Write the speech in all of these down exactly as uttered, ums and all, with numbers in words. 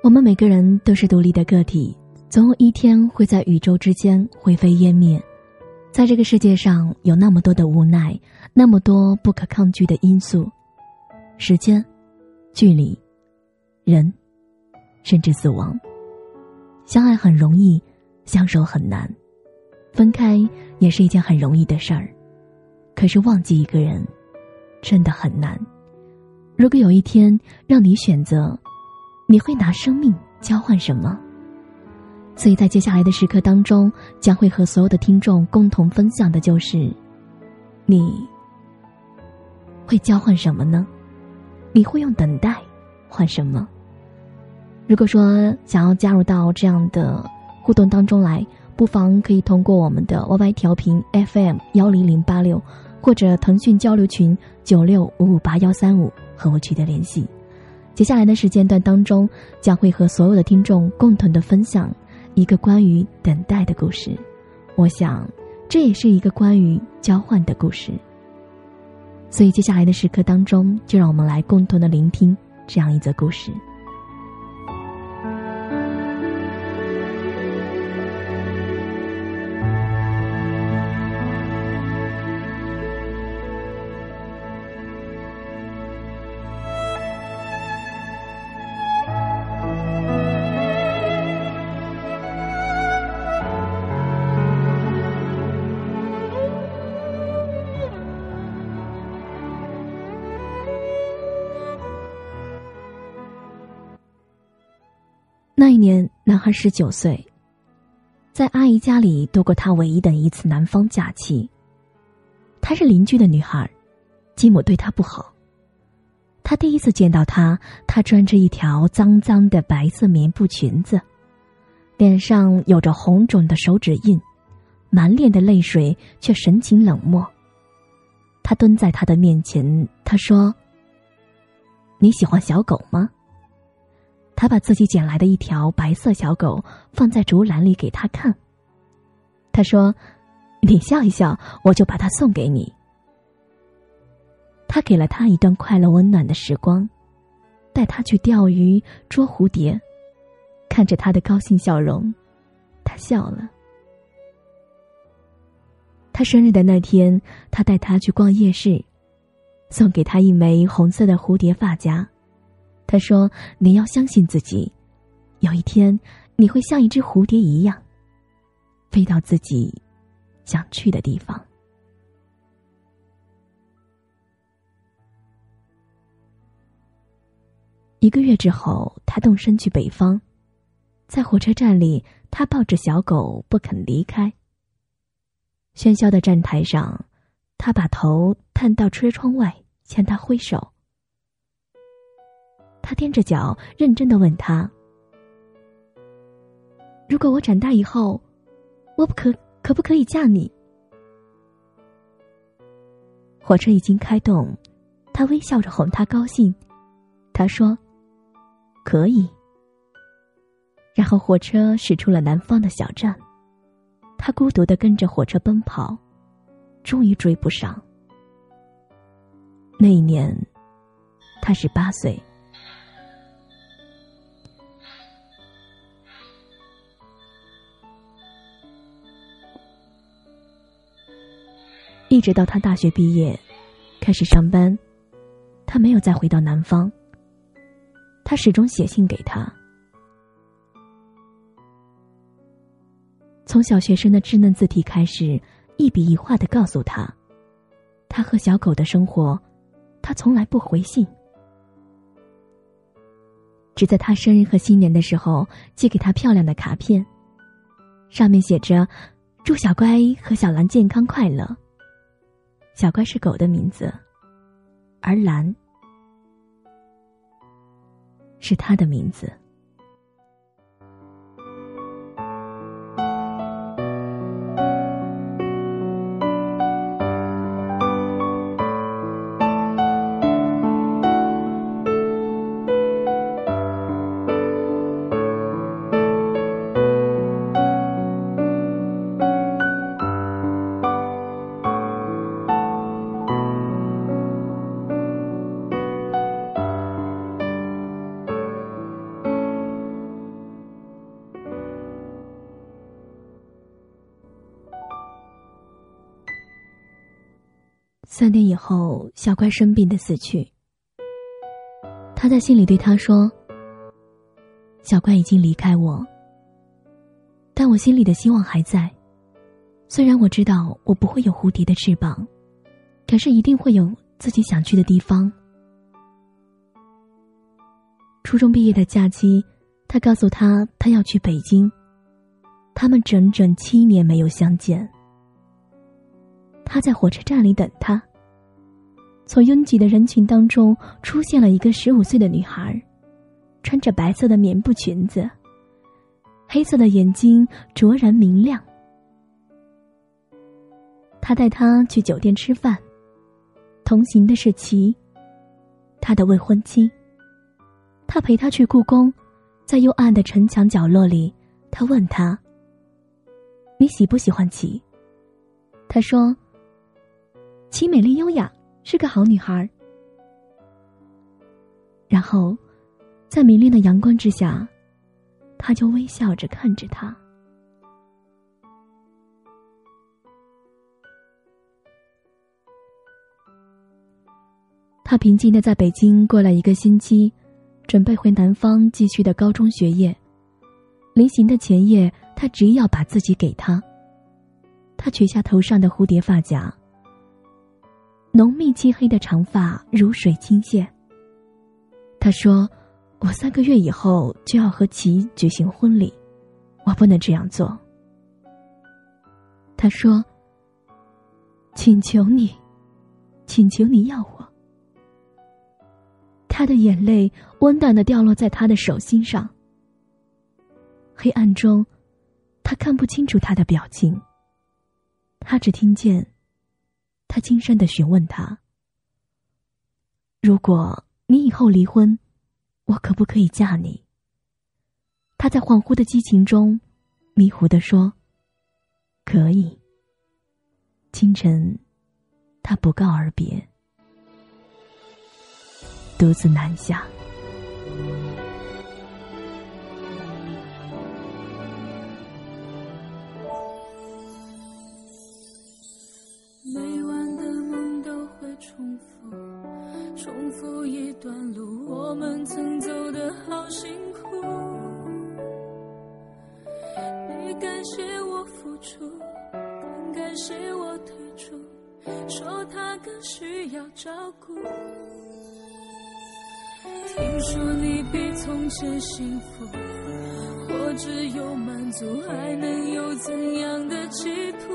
我们每个人都是独立的个体，总有一天会在宇宙之间灰飞烟灭。在这个世界上有那么多的无奈，那么多不可抗拒的因素，时间、距离、人，甚至死亡。相爱很容易，相守很难，分开也是一件很容易的事儿。可是忘记一个人真的很难。如果有一天让你选择，你会拿生命交换什么？所以在接下来的时刻当中，将会和所有的听众共同分享的就是你会交换什么呢？你会用等待换什么？如果说想要加入到这样的互动当中来，不妨可以通过我们的 Y Y 调频 F M 一零零八六，或者腾讯交流群九六五五八一三五和我取得联系。接下来的时间段当中，将会和所有的听众共同的分享一个关于等待的故事。我想这也是一个关于交换的故事。所以接下来的时刻当中，就让我们来共同的聆听这样一则故事。那一年，男孩十九岁，在阿姨家里度过他唯一的一次南方假期。她是邻居的女孩，继母对她不好。他第一次见到她，她穿着一条脏脏的白色棉布裙子，脸上有着红肿的手指印，满脸的泪水却神情冷漠。他蹲在她的面前，他说：“你喜欢小狗吗？”他把自己捡来的一条白色小狗放在竹篮里给他看。他说：“你笑一笑，我就把它送给你。”他给了他一段快乐温暖的时光，带他去钓鱼、捉蝴蝶。看着他的高兴笑容，他笑了。他生日的那天，他带他去逛夜市，送给他一枚红色的蝴蝶发夹。他说：“你要相信自己，有一天你会像一只蝴蝶一样，飞到自己想去的地方。”一个月之后，他动身去北方，在火车站里，他抱着小狗不肯离开。喧嚣的站台上，他把头探到车窗外，向他挥手。他踮着脚，认真地问他：“如果我长大以后，我不可可不可以嫁你？”火车已经开动，他微笑着哄他高兴。他说：“可以。”然后火车驶出了南方的小站，他孤独地跟着火车奔跑，终于追不上。那一年，他十八岁。一直到他大学毕业，开始上班，他没有再回到南方。他始终写信给他，从小学生的稚嫩字体开始，一笔一画地告诉他，他和小狗的生活，他从来不回信，只在他生日和新年的时候寄给他漂亮的卡片，上面写着：“祝小乖和小蓝健康快乐。”小乖是狗的名字，而蓝是他的名字。 三年以后，小乖生病的死去。他在信里对他说，小乖已经离开我，但我心里的希望还在。虽然我知道我不会有蝴蝶的翅膀，可是一定会有自己想去的地方。初中毕业的假期，他告诉他他要去北京，他们整整七年没有相见。他在火车站里等他，从拥挤的人群当中出现了一个十五岁的女孩，穿着白色的棉布裙子，黑色的眼睛灼然明亮。他带她去酒店吃饭，同行的是齐，他的未婚妻。他陪她去故宫，在幽暗的城墙角落里，他问她，你喜不喜欢齐？她说，齐美丽优雅，是个好女孩。然后在明亮的阳光之下，他就微笑着看着她。他平静地在北京过了一个星期，准备回南方继续的高中学业。临行的前夜，他执意要把自己给他。他取下头上的蝴蝶发夹，浓密漆黑的长发如水倾泻。他说，我三个月以后就要和齐举行婚礼，我不能这样做。他说，请求你，请求你要我。他的眼泪温暖地掉落在他的手心上。黑暗中，他看不清楚他的表情，他只听见他轻声地询问他，如果你以后离婚，我可不可以嫁你？他在恍惚的激情中迷糊地说，可以。清晨，他不告而别，独自南下。 每晚的梦都会重复，重复一段路，我们曾走得好辛苦。你感谢我付出，更感谢我退出，说他更需要照顾。听说你比从前幸福，或只有满足，还能有怎样的企图？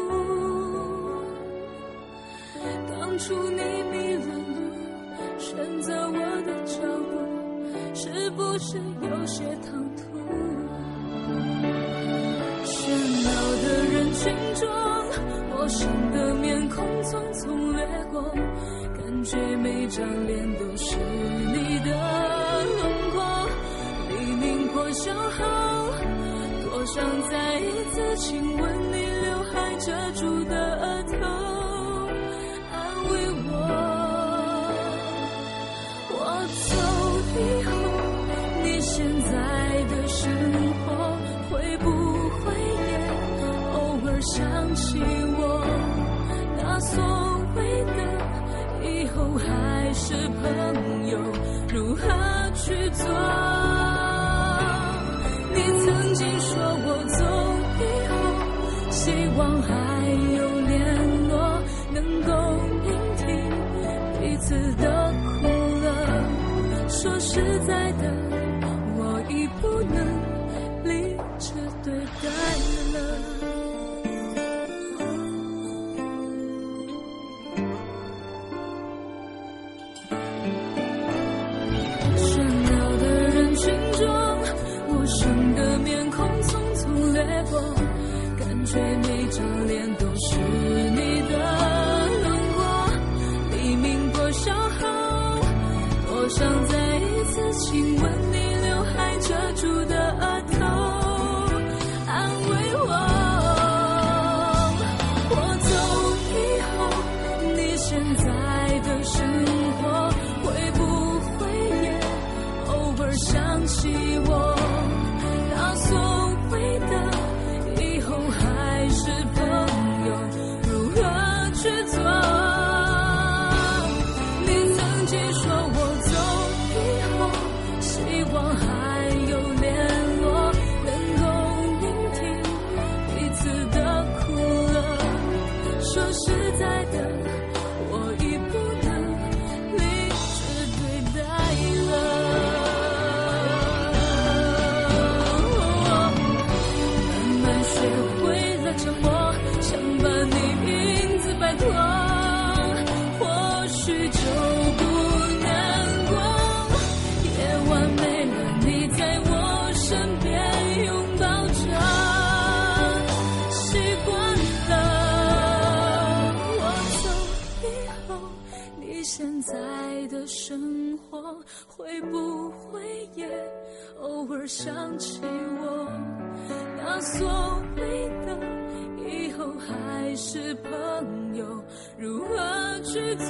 当初你迷了路，选择我的脚步，是不是有些唐突？喧闹的人群中，陌生的面孔匆匆掠过，感觉每张脸都是你的轮廓。黎明破晓后，多想再一次亲吻你刘海遮住的额头，安慰我。我走以后，你现在的生活会不会也偶尔想起我？那所谓的以后还是朋友，如何去做？你曾经说我走以后，希望还有联络，能够聆听彼此的苦乐。说实在的，我已不能理智对待了。喧闹的人群中，陌生的面孔匆匆掠过，感觉每张脸都是你的轮廓。黎明破晓后，多想再一次亲吻你刘海遮住的额头，安慰我。我走以后，你现在的生活会不会也偶尔想起我？那所谓的以后还是朋友， 会不会也偶尔想起我？那所谓的以后还是朋友，如何去做？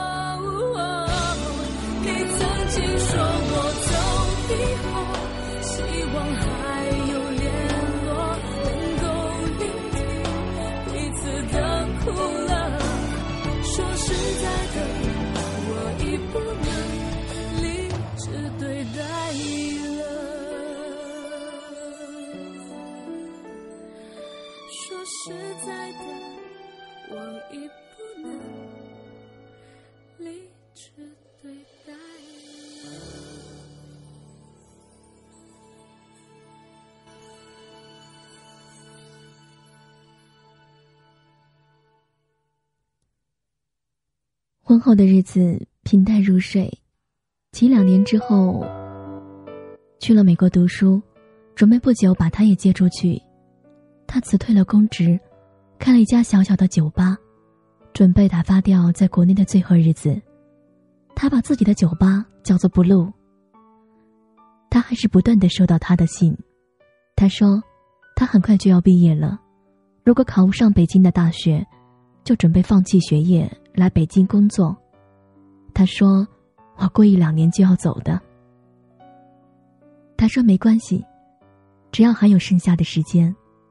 你曾经说我走以后，希望还有联络，能够聆听彼此的苦乐。说实在的，我已不能理智对待了。说实在的，我已不能理智对待了。 婚后的日子平淡如水，其两年之后去了美国读书，准备不久把他也接出去。他辞退了公职，开了一家小小的酒吧，准备打发掉在国内的最后日子。他把自己的酒吧叫做 Blue。 他还是不断地收到他的信，他说他很快就要毕业了，如果考不上北京的大学，就准备放弃学业来北京工作。他说我过一两年就要走的。他说没关系，只要还有剩下的时间。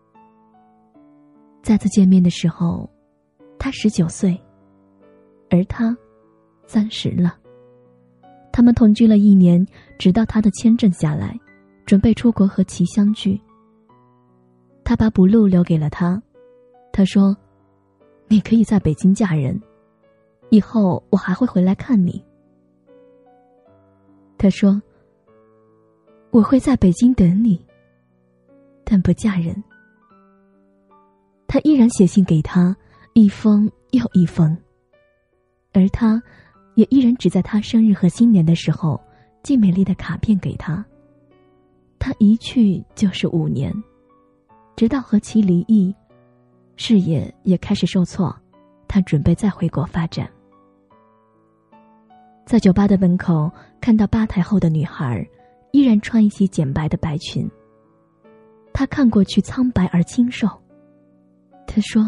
再次见面的时候，他十九岁，而他三十了。他们同居了一年，直到他的签证下来，准备出国和其相聚。他把补录留给了他，他说你可以在北京嫁人，以后我还会回来看你。他说我会在北京等你，但不嫁人。他依然写信给他，一封又一封，而他也依然只在他生日和新年的时候寄美丽的卡片给他。他一去就是五年，直到和其离异，事业也开始受挫，他准备再回国发展。在酒吧的门口看到吧台后的女孩依然穿一袭简白的白裙，他看过去苍白而清瘦。他说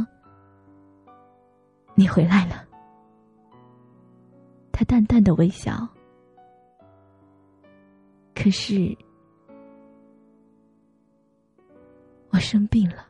你回来了。他淡淡的微笑，可是我生病了。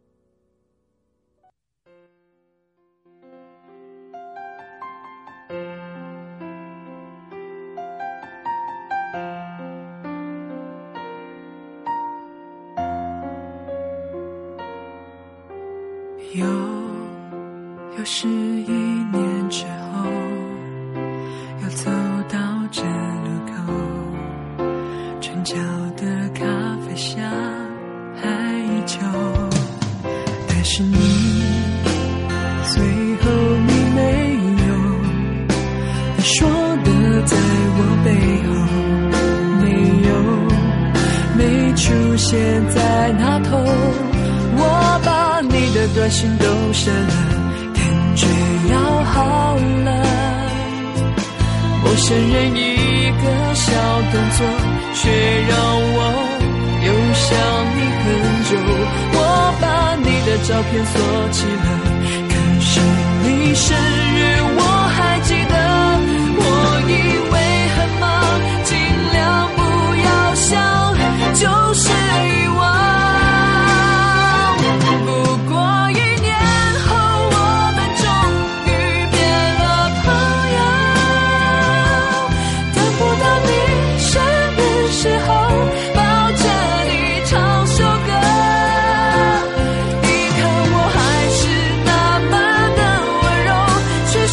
又又是一年之后，又走到这路口，转角的咖啡香还依旧，但是你最后你没有，你说的在我背后，没有没出现在那头，我把你的短信都删了，感觉要好了。陌生人一个小动作，却让我又想你很久。我把你的照片锁起了，可是你生日我还记得。我以为很忙，尽量不要想，就是遗忘。却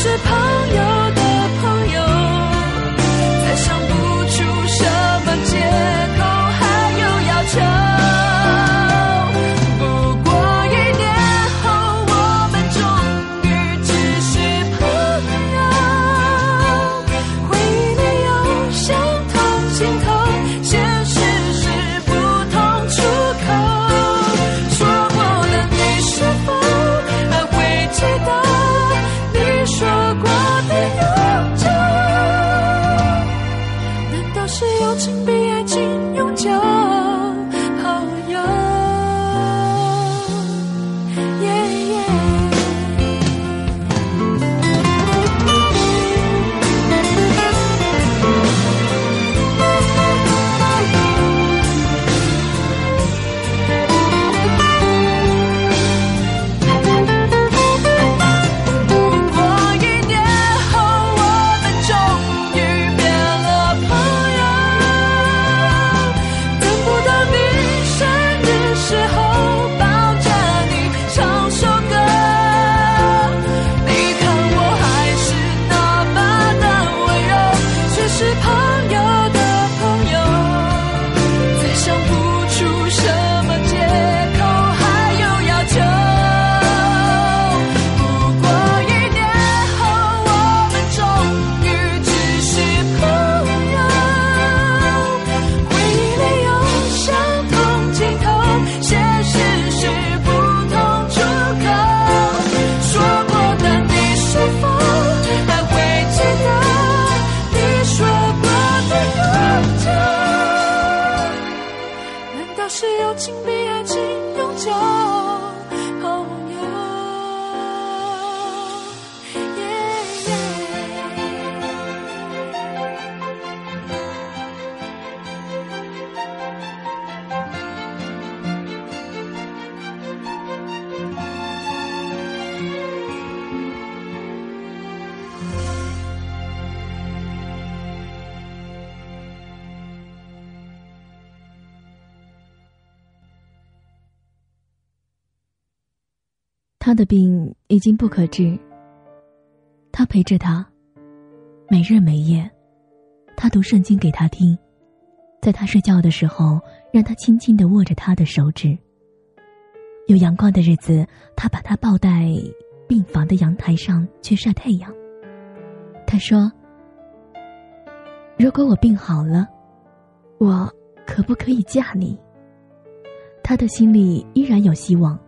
他的病已经不可治，他陪着他，每日每夜，他读圣经给他听，在他睡觉的时候，让他轻轻地握着他的手指。有阳光的日子，他把他抱在病房的阳台上去晒太阳。他说，如果我病好了，我可不可以嫁你？他的心里依然有希望。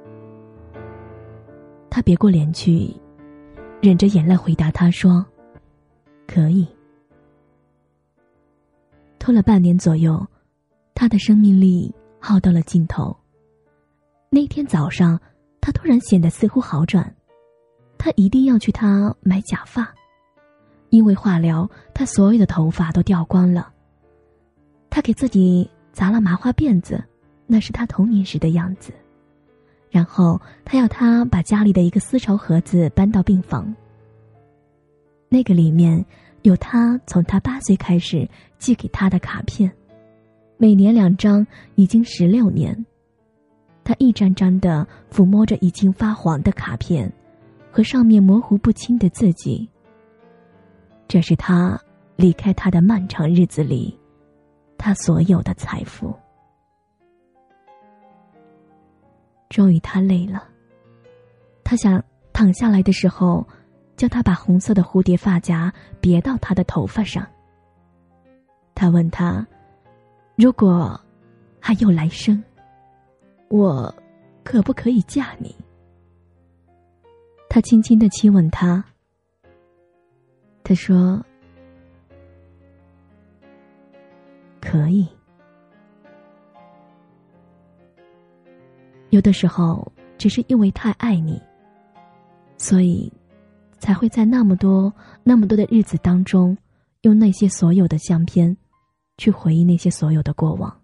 他别过脸去，忍着眼泪回答他说，可以。拖了半年左右，他的生命力耗到了尽头。那天早上，他突然显得似乎好转。他一定要去他买假发，因为化疗，他所有的头发都掉光了。他给自己砸了麻花辫子，那是他童年时的样子。然后他要他把家里的一个丝绸盒子搬到病房，那个里面有他从他八岁开始寄给他的卡片，每年两张，已经十六年。他一张张地抚摸着已经发黄的卡片和上面模糊不清的字迹。这是他离开他的漫长日子里，他所有的财富。终于他累了，他想躺下来的时候，叫他把红色的蝴蝶发夹别到他的头发上。他问他，如果还有来生，我可不可以嫁你？他轻轻地亲吻他。他说，可以。有的时候只是因为太爱你，所以才会在那么多那么多的日子当中，用那些所有的相片去回忆那些所有的过往。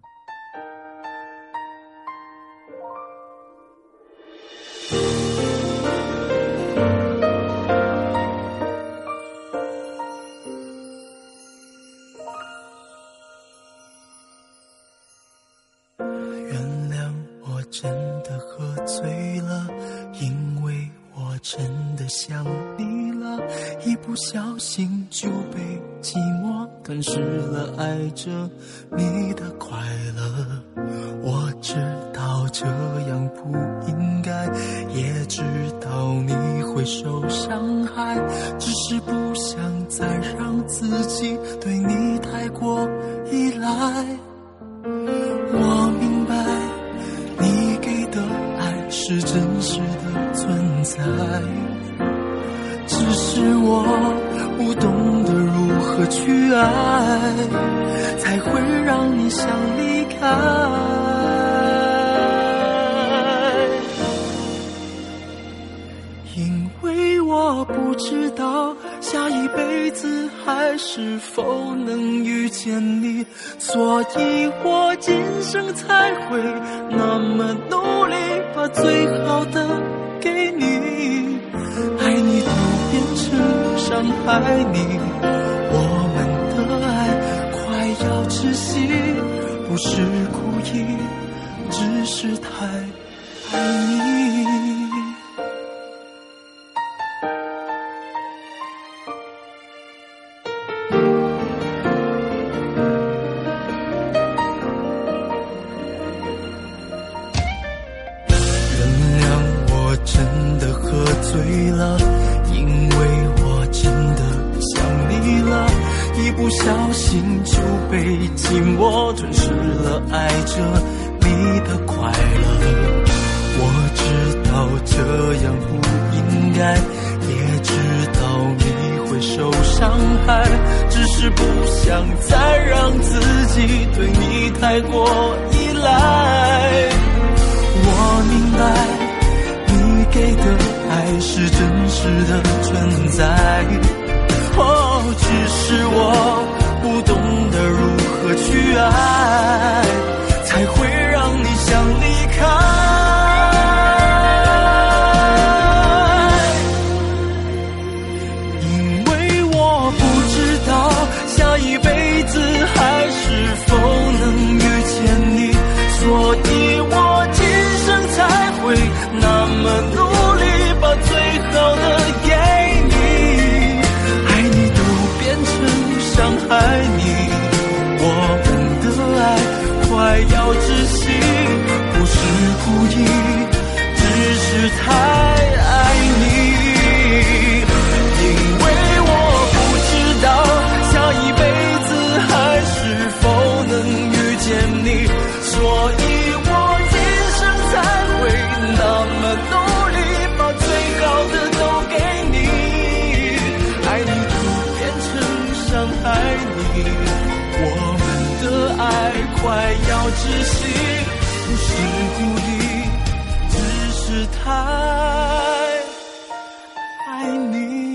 真的喝醉了，因为我真的想你了，一不小心就被寂寞吞噬了爱着你的快乐。我知道这样不应该，也知道你会受伤害，只是不想再让自己对你太过依赖。我明白你给的爱是真实的存在，只是我不懂得如何去爱，才会让你想离开。因为我不知道下一辈子还是否能遇见你，所以我今生才会那么努力，把最好的给你。爱你都变成伤害你，我们的爱快要窒息，不是故意，只是太爱你。真的喝醉了，因为我真的想你了，一不小心就被寂寞吞噬了爱着你的快乐。我知道这样不应该，也知道你会受伤害，只是不想再让自己对你太过依赖。我明白你给的爱是真实的存在，哦，只是我不懂得如何去爱，才会让你想离开。因为我不知道下一辈子还是否能遇见你，所以我今生才会那么努力， 太爱你，因为我不知道下一辈子还是否能遇见你，所以我今生才会那么努力，把最好的都给你。爱你就变成伤害你，我们的爱快要窒息，不是故意，只是太爱你。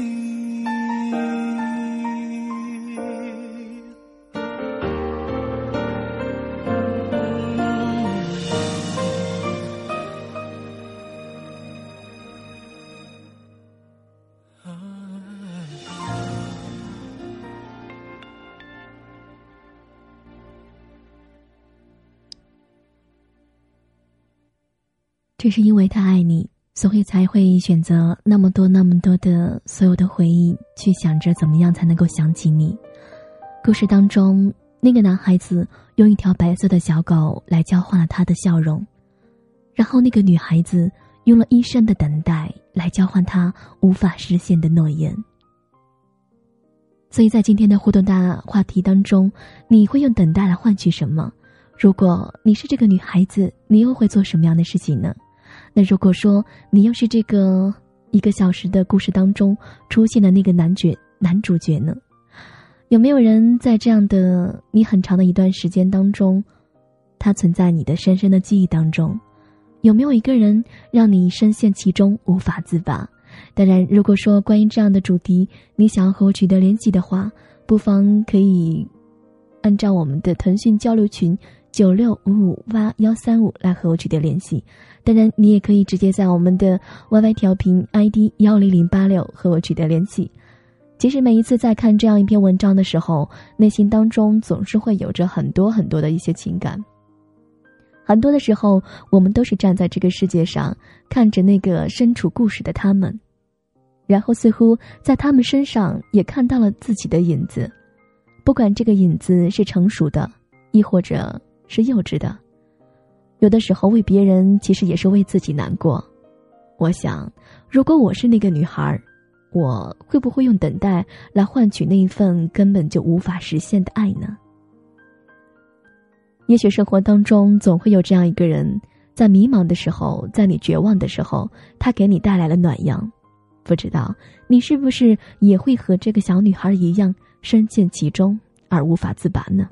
正是因为他爱你，所以才会选择那么多那么多的所有的回忆，去想着怎么样才能够想起你。故事当中，那个男孩子用一条白色的小狗来交换了他的笑容，然后那个女孩子用了一生的等待来交换他无法实现的诺言。所以在今天的互动大话题当中，你会用等待来换取什么？如果你是这个女孩子，你又会做什么样的事情呢？那如果说你又是这个一个小时的故事当中出现的那个男角男主角呢？有没有人在这样的你很长的一段时间当中，他存在你的深深的记忆当中？有没有一个人让你深陷其中无法自拔？当然，如果说关于这样的主题你想要和我取得联系的话，不妨可以按照我们的腾讯交流群九六五五八幺三五来和我取得联系。当然你也可以直接在我们的 Y Y 调频 I D 一零零八六和我取得联系。其实每一次在看这样一篇文章的时候，内心当中总是会有着很多很多的一些情感。很多的时候我们都是站在这个世界上，看着那个身处故事的他们，然后似乎在他们身上也看到了自己的影子，不管这个影子是成熟的亦或者是幼稚的。有的时候为别人其实也是为自己难过。我想如果我是那个女孩，我会不会用等待来换取那一份根本就无法实现的爱呢？也许生活当中总会有这样一个人，在迷茫的时候，在你绝望的时候，他给你带来了暖阳。不知道你是不是也会和这个小女孩一样深陷其中而无法自拔呢？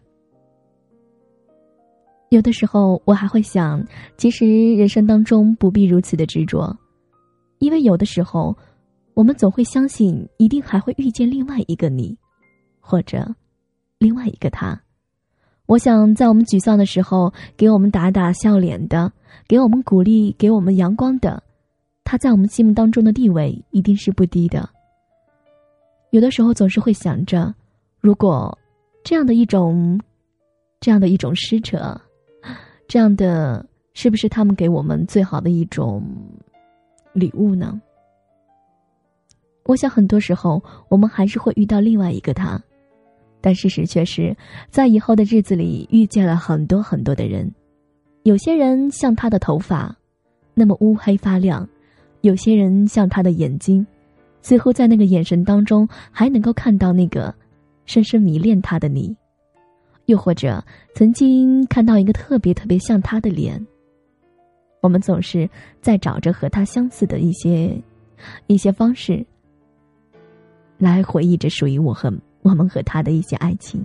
有的时候我还会想，其实人生当中不必如此的执着，因为有的时候我们总会相信一定还会遇见另外一个你，或者另外一个他。我想在我们沮丧的时候给我们打打笑脸的，给我们鼓励，给我们阳光的，他在我们心目当中的地位一定是不低的。有的时候总是会想着，如果这样的一种这样的一种施舍，这样的是不是他们给我们最好的一种礼物呢？我想很多时候我们还是会遇到另外一个他，但事实却是在以后的日子里遇见了很多很多的人。有些人像他的头发那么乌黑发亮，有些人像他的眼睛，似乎在那个眼神当中还能够看到那个深深迷恋他的你。又或者曾经看到一个特别特别像他的脸，我们总是在找着和他相似的一些一些方式来回忆着属于我和我们和他的一些爱情。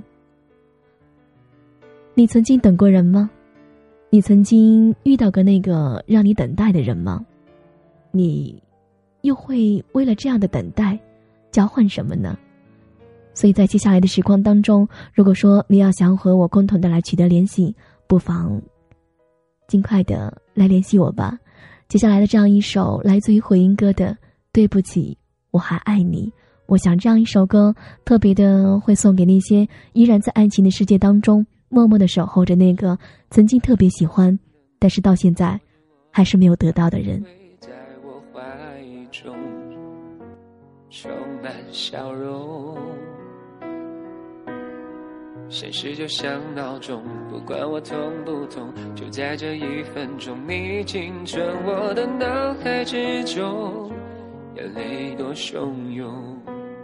你曾经等过人吗？你曾经遇到过那个让你等待的人吗？你又会为了这样的等待交换什么呢？所以在接下来的时光当中，如果说你要想和我共同的来取得联系，不妨尽快的来联系我吧。接下来的这样一首来自于回音哥的《对不起，我还爱你》，我想这样一首歌特别的会送给那些依然在爱情的世界当中默默的守候着那个曾经特别喜欢但是到现在还是没有得到的人。 在我怀中充满笑容， 现实就像闹钟，不管我痛不痛，就在这一分钟，你进入我的脑海之中，眼泪多汹涌。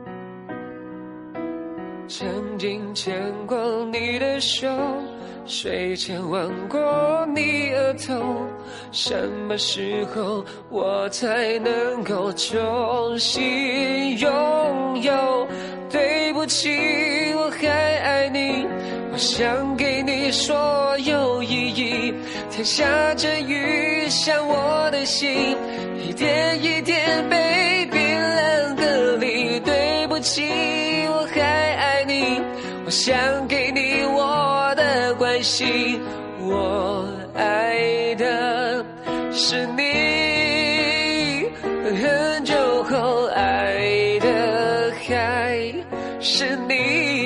曾经牵过你的手，睡前吻过你额头，什么时候我才能够重新拥有？对不起，我还爱你，我想给你所有意义。天下着雨，像我的心一点一点被冰冷隔离。对不起，我还爱你，我想给你我的关心。我爱的是你，很久后爱的还是你。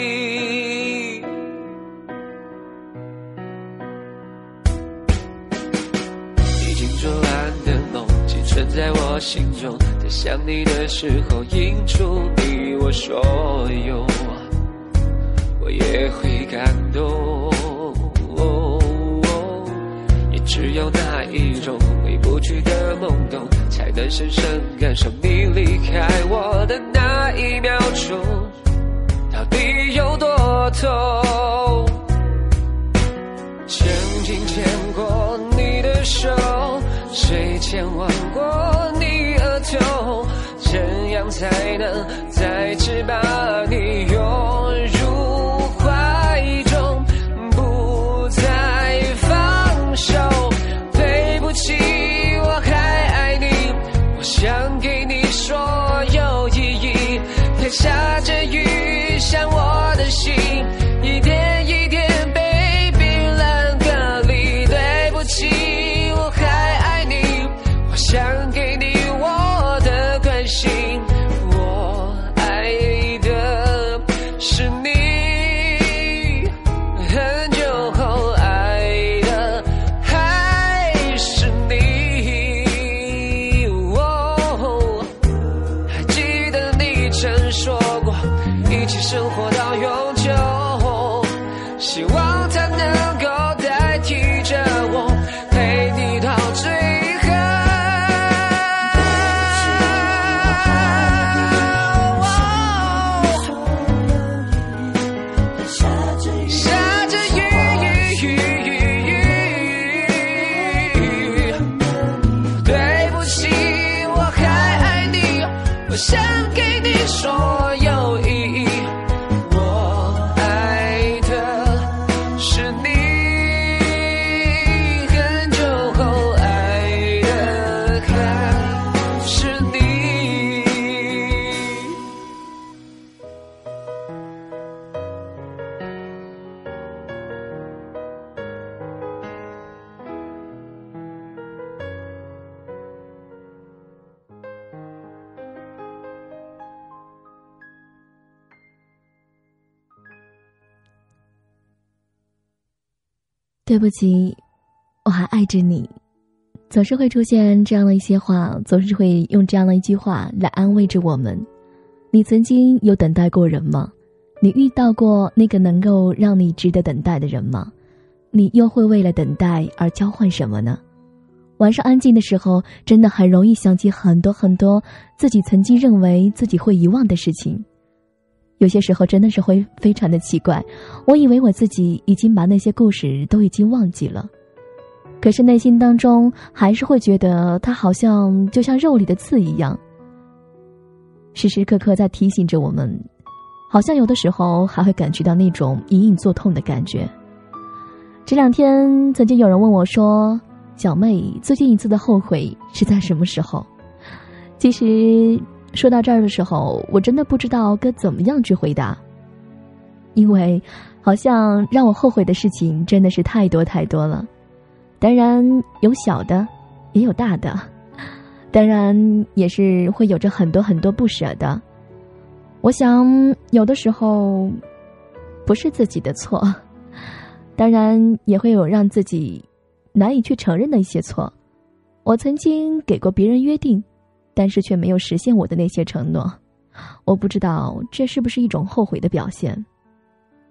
已经做完的梦寄存在我心中，在想你的时候映出你我所有，我也会感动。也只有那一种回不去的懵懂，才能深深感受你离开我的那一秒钟到底有多痛。曾经牵过你的手，睡前吻过你额头，怎样才能再次把你拥入怀中，不再放手？对不起，我还爱你，我想给你所有意义。天下着雨，像我的心一点一点被冰冷隔离。对不起，我还爱你，我想给你我的关心。我爱的是你，很久后爱的还是你。哦，还记得你曾说过一起生活到永久，希望它能够代替着我，陪你到最后。下着雨，对不起，我还爱你，我想给你所有意义。我爱的是你，很久后爱的还是你。 对不起，我还爱着你。总是会出现这样的一些话，总是会用这样的一句话来安慰着我们。你曾经有等待过人吗？你遇到过那个能够让你值得等待的人吗？你又会为了等待而交换什么呢？晚上安静的时候，真的很容易想起很多很多自己曾经认为自己会遗忘的事情。有些时候真的是会非常的奇怪，我以为我自己已经把那些故事都已经忘记了，可是内心当中还是会觉得它好像就像肉里的刺一样，时时刻刻在提醒着我们，好像有的时候还会感觉到那种隐隐作痛的感觉。这两天曾经有人问我说，小妹最近一次的后悔是在什么时候？其实说到这儿的时候，我真的不知道该怎么样去回答，因为好像让我后悔的事情真的是太多太多了。当然有小的，也有大的，当然也是会有着很多很多不舍的。我想有的时候不是自己的错，当然也会有让自己难以去承认的一些错。我曾经给过别人约定，但是却没有实现我的那些承诺，我不知道这是不是一种后悔的表现。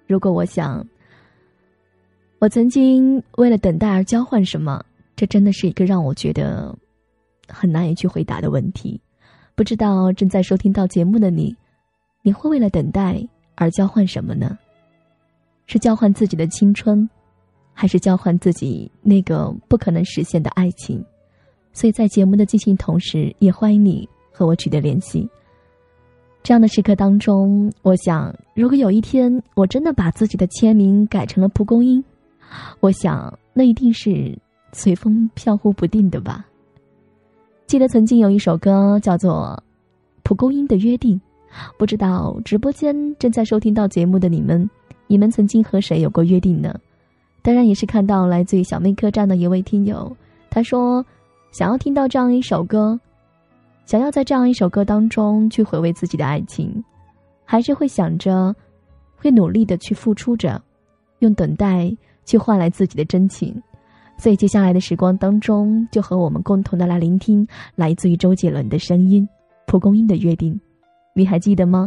如果我想，我曾经为了等待而交换什么，这真的是一个让我觉得很难以去回答的问题。不知道正在收听到节目的你，你会为了等待而交换什么呢？是交换自己的青春，还是交换自己那个不可能实现的爱情？所以在节目的进行同时，也欢迎你和我取得联系。这样的时刻当中，我想如果有一天我真的把自己的签名改成了蒲公英，我想那一定是随风飘忽不定的吧。记得曾经有一首歌叫做《蒲公英的约定》，不知道直播间正在收听到节目的你们，你们曾经和谁有过约定呢？当然也是看到来自于小妹客栈的一位听友，他说想要听到这样一首歌，想要在这样一首歌当中去回味自己的爱情，还是会想着会努力的去付出着，用等待去换来自己的真情。所以接下来的时光当中，就和我们共同的来聆听来自于周杰伦的声音，蒲公英的约定，你还记得吗？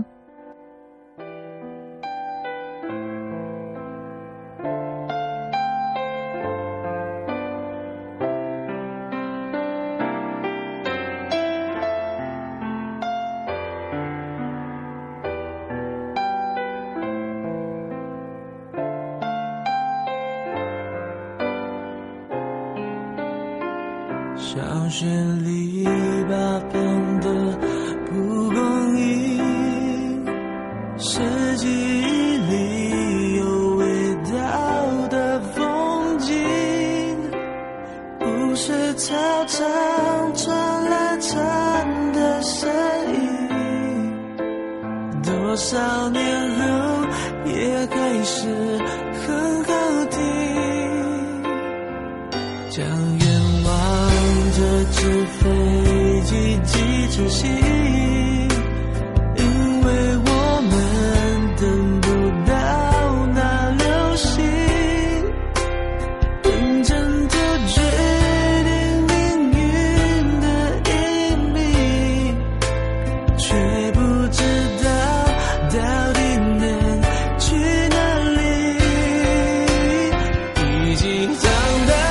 小学里八本的蒲公英，是记忆里有味道的风景，不是操场传来蝉的声音，多少年后也还是很好听，将愿望这只飞机寄出信，因为我们等不到那流星，认真的决定命运的隐秘，却不知道到底能去哪里，已经长大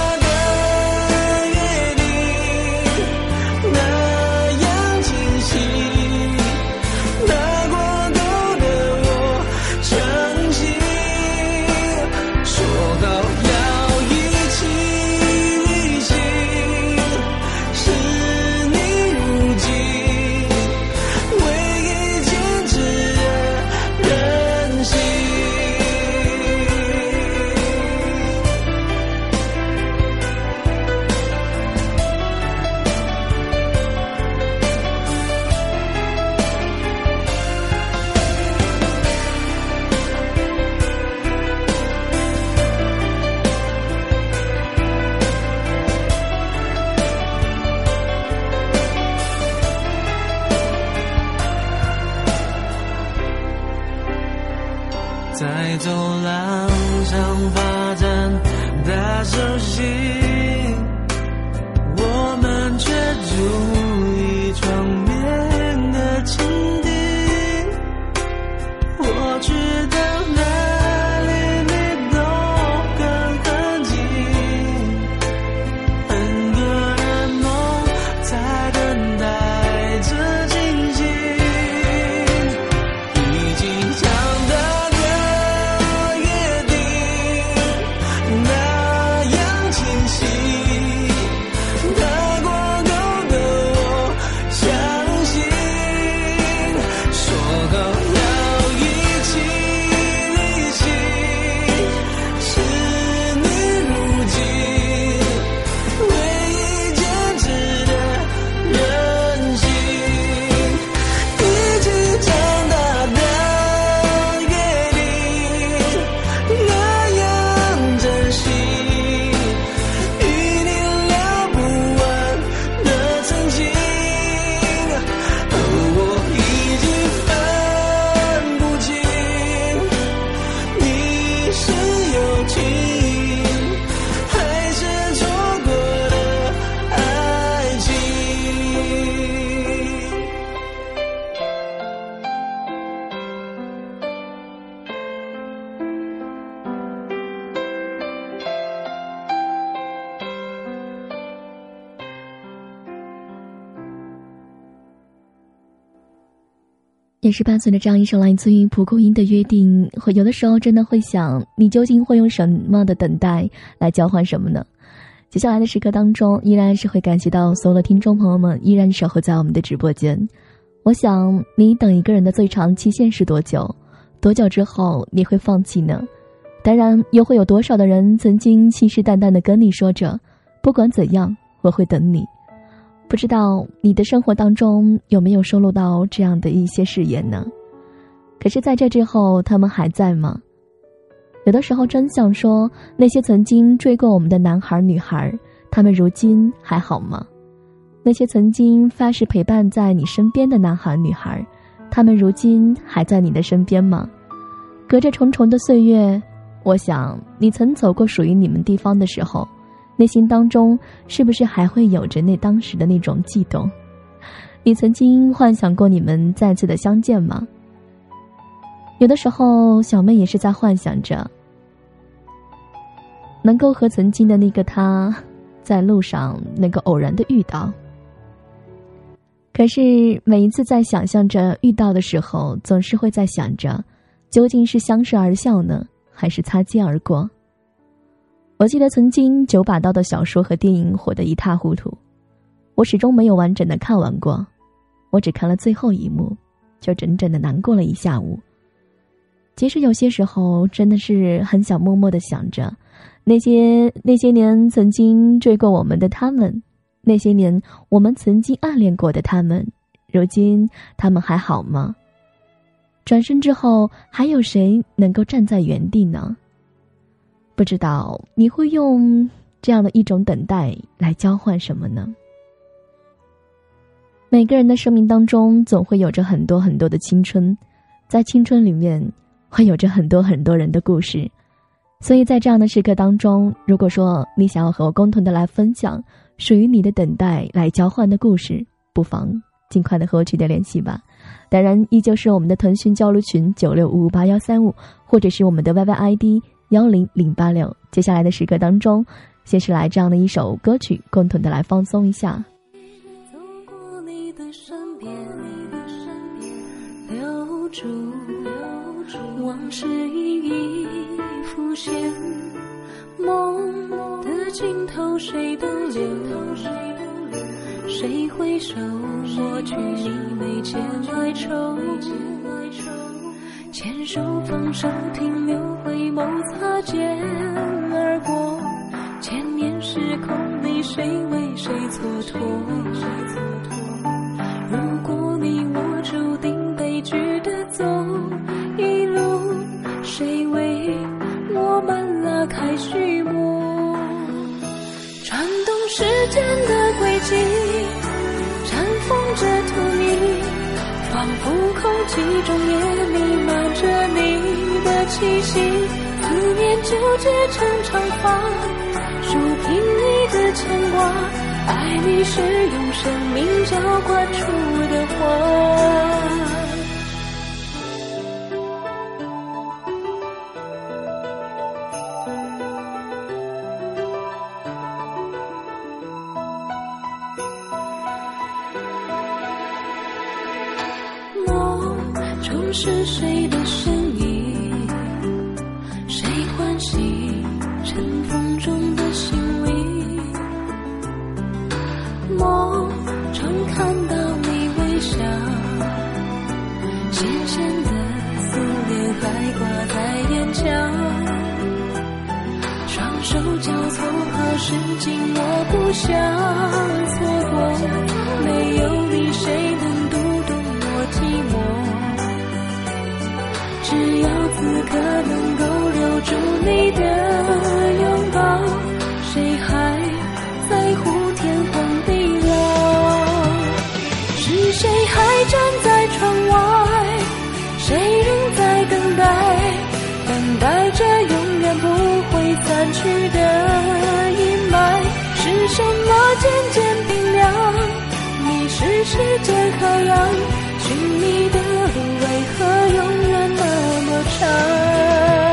在走廊上发展大手心，我们却住一床边的蜻蜓，我去到哪里你都很安静，很多的梦在等待着惊醒，已经长大那样清晰。 也是伴随着这样一首来自于蒲公英的约定，会有的时候真的会想，你究竟会用什么的等待来交换什么呢？接下来的时刻当中，依然是会感谢到所有的听众朋友们依然守候在我们的直播间。我想你等一个人的最长期限是多久？多久之后你会放弃呢？当然又会有多少的人曾经信誓旦旦地跟你说着，不管怎样我会等你。不知道你的生活当中有没有收录到这样的一些誓言呢？可是在这之后他们还在吗？有的时候真想说，那些曾经追过我们的男孩女孩，他们如今还好吗？那些曾经发誓陪伴在你身边的男孩女孩，他们如今还在你的身边吗？隔着重重的岁月，我想你曾走过属于你们地方的时候，内心当中是不是还会有着那当时的那种悸动？你曾经幻想过你们再次的相见吗？有的时候小妹也是在幻想着能够和曾经的那个他在路上能够偶然的遇到。可是每一次在想象着遇到的时候，总是会在想着究竟是相视而笑呢，还是擦肩而过。我记得曾经九把刀的小说和电影火得一塌糊涂，我始终没有完整的看完过，我只看了最后一幕，就整整的难过了一下午。其实有些时候真的是很想默默地想着，那些那些年曾经追过我们的他们，那些年我们曾经暗恋过的他们，如今他们还好吗？转身之后，还有谁能够站在原地呢？不知道你会用这样的一种等待来交换什么呢？每个人的生命当中总会有着很多很多的青春，在青春里面会有着很多很多人的故事，所以在这样的时刻当中，如果说你想要和我共同的来分享属于你的等待来交换的故事，不妨尽快的和我取得联系吧。当然依旧是我们的腾讯交流群九六五五八幺三五，或者是我们的 Y Y I D幺零零八六。接下来的时刻当中，先是来这样的一首歌曲，共同的来放松一下。 走过你的身边，你的身边留住留住往事一一浮现，梦的尽头谁都留，谁回首抹去你眉间哀愁，牵手放手停留，回眸擦肩而过，千年时空里谁为谁蹉跎，如果你我注定悲剧的走一路，谁为我们拉开序幕，转动时间的轨迹，绽放着图你，仿佛空气中也弥漫着你的气息，思念纠结成长发，抚平你的牵挂，爱你是用生命浇灌出的花。中是谁的身影，谁唤醒尘封中的心灵，梦中看到你微笑，咸咸的思念还挂在眼角，双手交错何时紧握，不想错过，没有你谁能读懂我寂寞，只要此刻能够留住你的拥抱，谁还在乎天荒地老？是谁还站在窗外，谁仍在等待，等待着永远不会散去的阴霾？是什么渐渐冰凉？你是时间海洋，寻你的路为何永远那么长？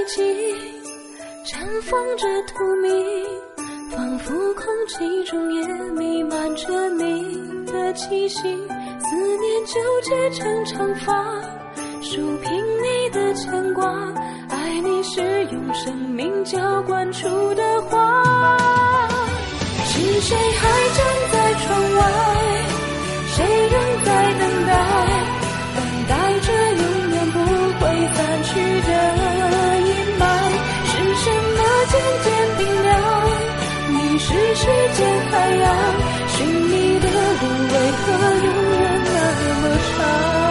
迹，绽放着荼蘼，仿佛空气中也弥漫着你的气息。思念纠结成长发，抚平你的牵挂，爱你是用生命浇灌出的花。是谁还站在窗外，谁仍在等待，等待着永远不会散去的阴霾。是什么渐渐冰凉，你是时间海洋，寻你的路为何永远那么长。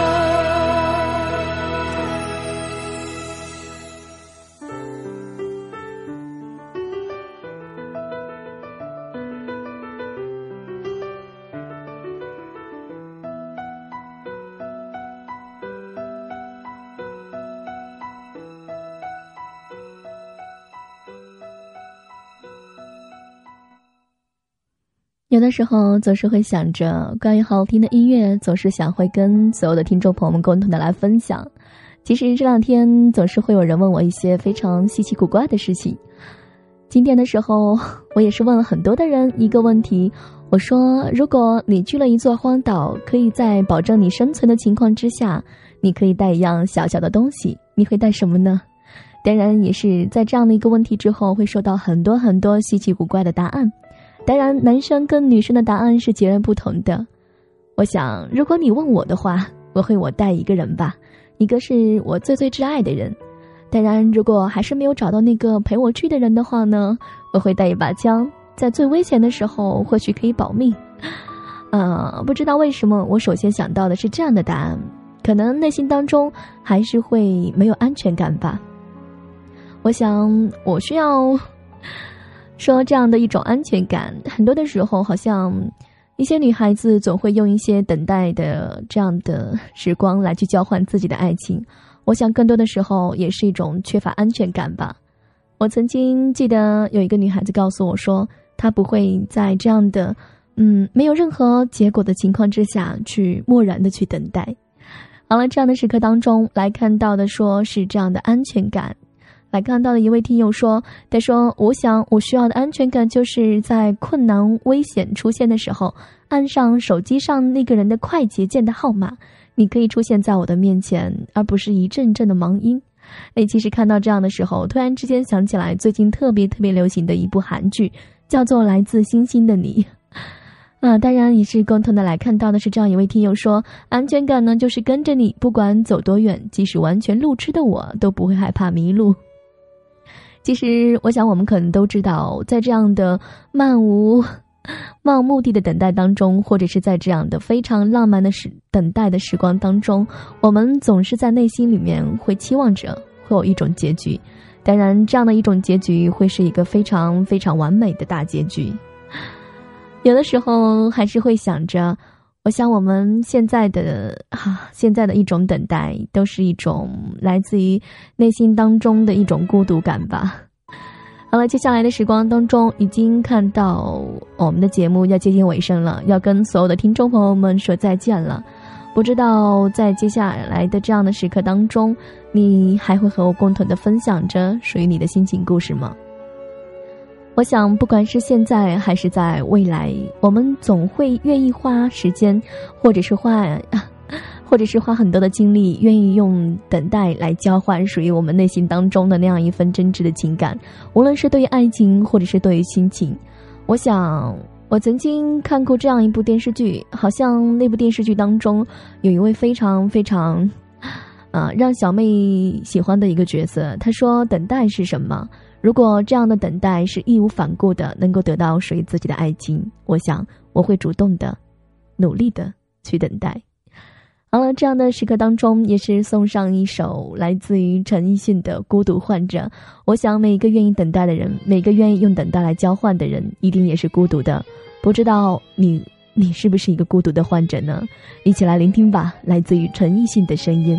有的时候总是会想着关于好听的音乐，总是想会跟所有的听众朋友们共同的来分享。其实这两天总是会有人问我一些非常稀奇古怪的事情。今天的时候我也是问了很多的人一个问题，我说如果你去了一座荒岛，可以在保证你生存的情况之下，你可以带一样小小的东西，你会带什么呢？当然也是在这样的一个问题之后会收到很多很多稀奇古怪的答案。当然男生跟女生的答案是截然不同的。我想如果你问我的话，我会我带一个人吧，一个是我最最挚爱的人。当然如果还是没有找到那个陪我去的人的话呢，我会带一把枪，在最危险的时候或许可以保命。呃，不知道为什么我首先想到的是这样的答案，可能内心当中还是会没有安全感吧。我想我需要说这样的一种安全感，很多的时候好像一些女孩子总会用一些等待的这样的时光来去交换自己的爱情，我想更多的时候也是一种缺乏安全感吧。我曾经记得有一个女孩子告诉我说，她不会在这样的嗯没有任何结果的情况之下去漠然的去等待。好了，这样的时刻当中来看到的说是这样的安全感。来看到的一位听友说，他说我想我需要的安全感就是在困难危险出现的时候，按上手机上那个人的快捷键的号码，你可以出现在我的面前，而不是一阵阵的忙音。那其实看到这样的时候，突然之间想起来最近特别特别流行的一部韩剧，叫做来自星星的你。啊，当然也是共同的来看到的是这样一位听友说，安全感呢就是跟着你，不管走多远，即使完全路痴的我都不会害怕迷路。其实我想我们可能都知道，在这样的漫无漫无目的的等待当中，或者是在这样的非常浪漫的时等待的时光当中，我们总是在内心里面会期望着会有一种结局。当然这样的一种结局会是一个非常非常完美的大结局。有的时候还是会想着，我想我们现在的啊，现在的一种等待都是一种来自于内心当中的一种孤独感吧。好了，接下来的时光当中已经看到我们的节目要接近尾声了，要跟所有的听众朋友们说再见了。不知道在接下来的这样的时刻当中，你还会和我共同的分享着属于你的心情故事吗？我想不管是现在还是在未来，我们总会愿意花时间，或者是花或者是花很多的精力，愿意用等待来交换属于我们内心当中的那样一份真挚的情感，无论是对于爱情或者是对于亲情。我想我曾经看过这样一部电视剧，好像那部电视剧当中有一位非常非常呃，让小妹喜欢的一个角色，她说等待是什么？如果这样的等待是义无反顾的能够得到属于自己的爱情，我想我会主动的努力的去等待。好了，这样的时刻当中也是送上一首来自于陈奕迅的孤独患者。我想每一个愿意等待的人，每个愿意用等待来交换的人，一定也是孤独的。不知道你你是不是一个孤独的患者呢？一起来聆听吧，来自于陈奕迅的声音。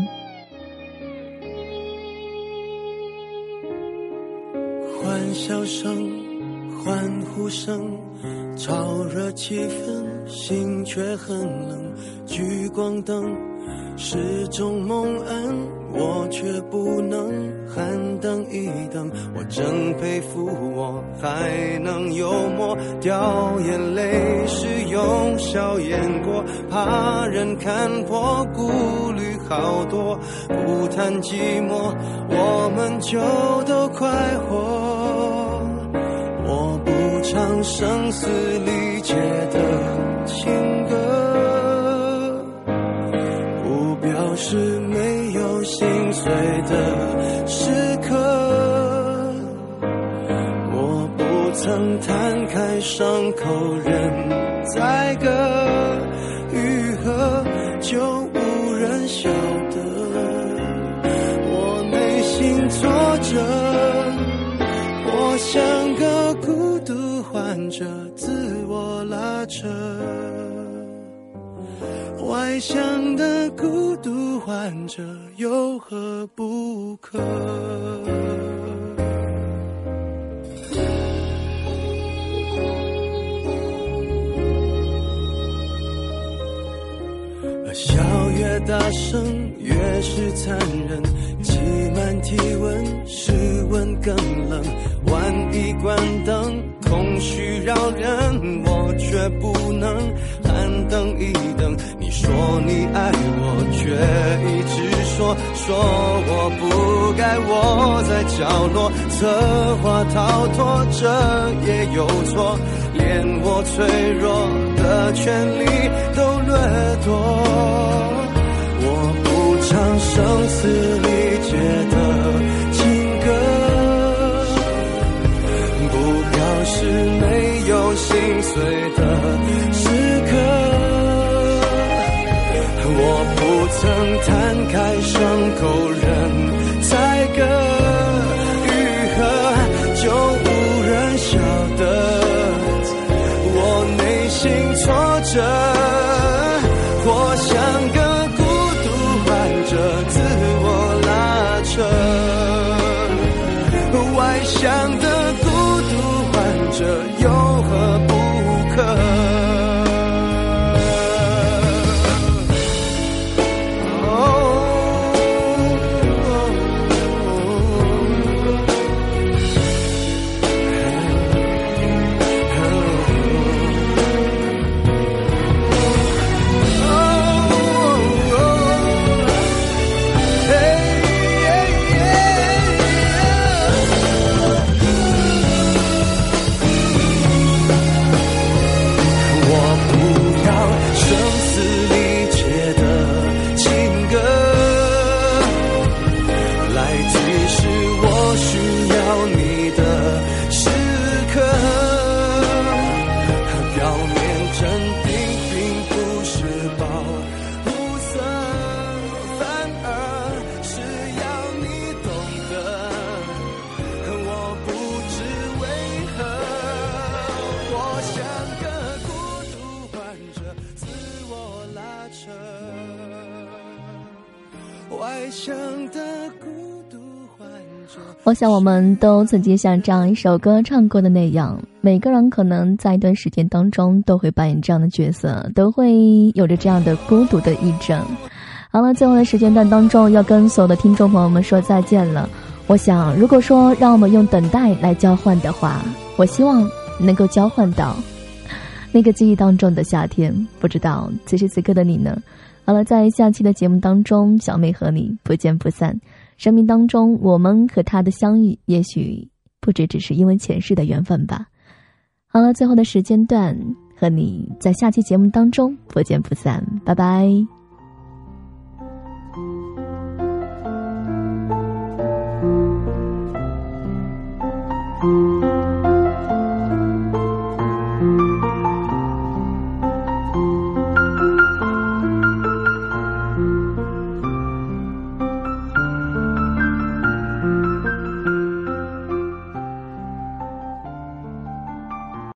欢笑声，欢呼声，炒热气氛，心却很冷。聚光灯是种蒙恩，我却不能喊等一等。我真佩服我还能幽默掉眼泪，是用笑掩过，怕人看破，顾虑好多，不谈寂寞，我们就都快活。我不唱声嘶力竭的情歌，不表示没有心碎的时刻，我不曾摊开伤口任宰割，愈合就无人晓得我内心挫折。我像个孤独患者，自我拉扯，外向的孤独患者有何不可？笑越大声越是残忍，挤满体温，室温更冷，万一关灯，空虚扰人，我却不能喊等一等。你说你爱我，却一直说说我不该窝在角落，策划逃脱，这也有错，连我脆弱的权利都掠夺。我不唱声嘶力竭的情歌，不表示没有心碎的时刻，我不曾摊开伤口任宰割，愈合就无人晓得我内心挫折。我像个孤独患者，自我拉扯，外向的孤独患者有何不可？ 我想我们都曾经像这样一首歌唱过的那样，每个人可能在一段时间当中都会扮演这样的角色，都会有着这样的孤独的癔症。好了，最后的时间段当中要跟所有的听众朋友们说再见了。我想如果说让我们用等待来交换的话，我希望能够交换到那个记忆当中的夏天。不知道此时此刻的你呢？好了，在下期的节目当中，小妹和你不见不散。生命当中我们和他的相遇，也许不只只是因为前世的缘分吧。好了，最后的时间段和你在下期节目当中不见不散，拜拜。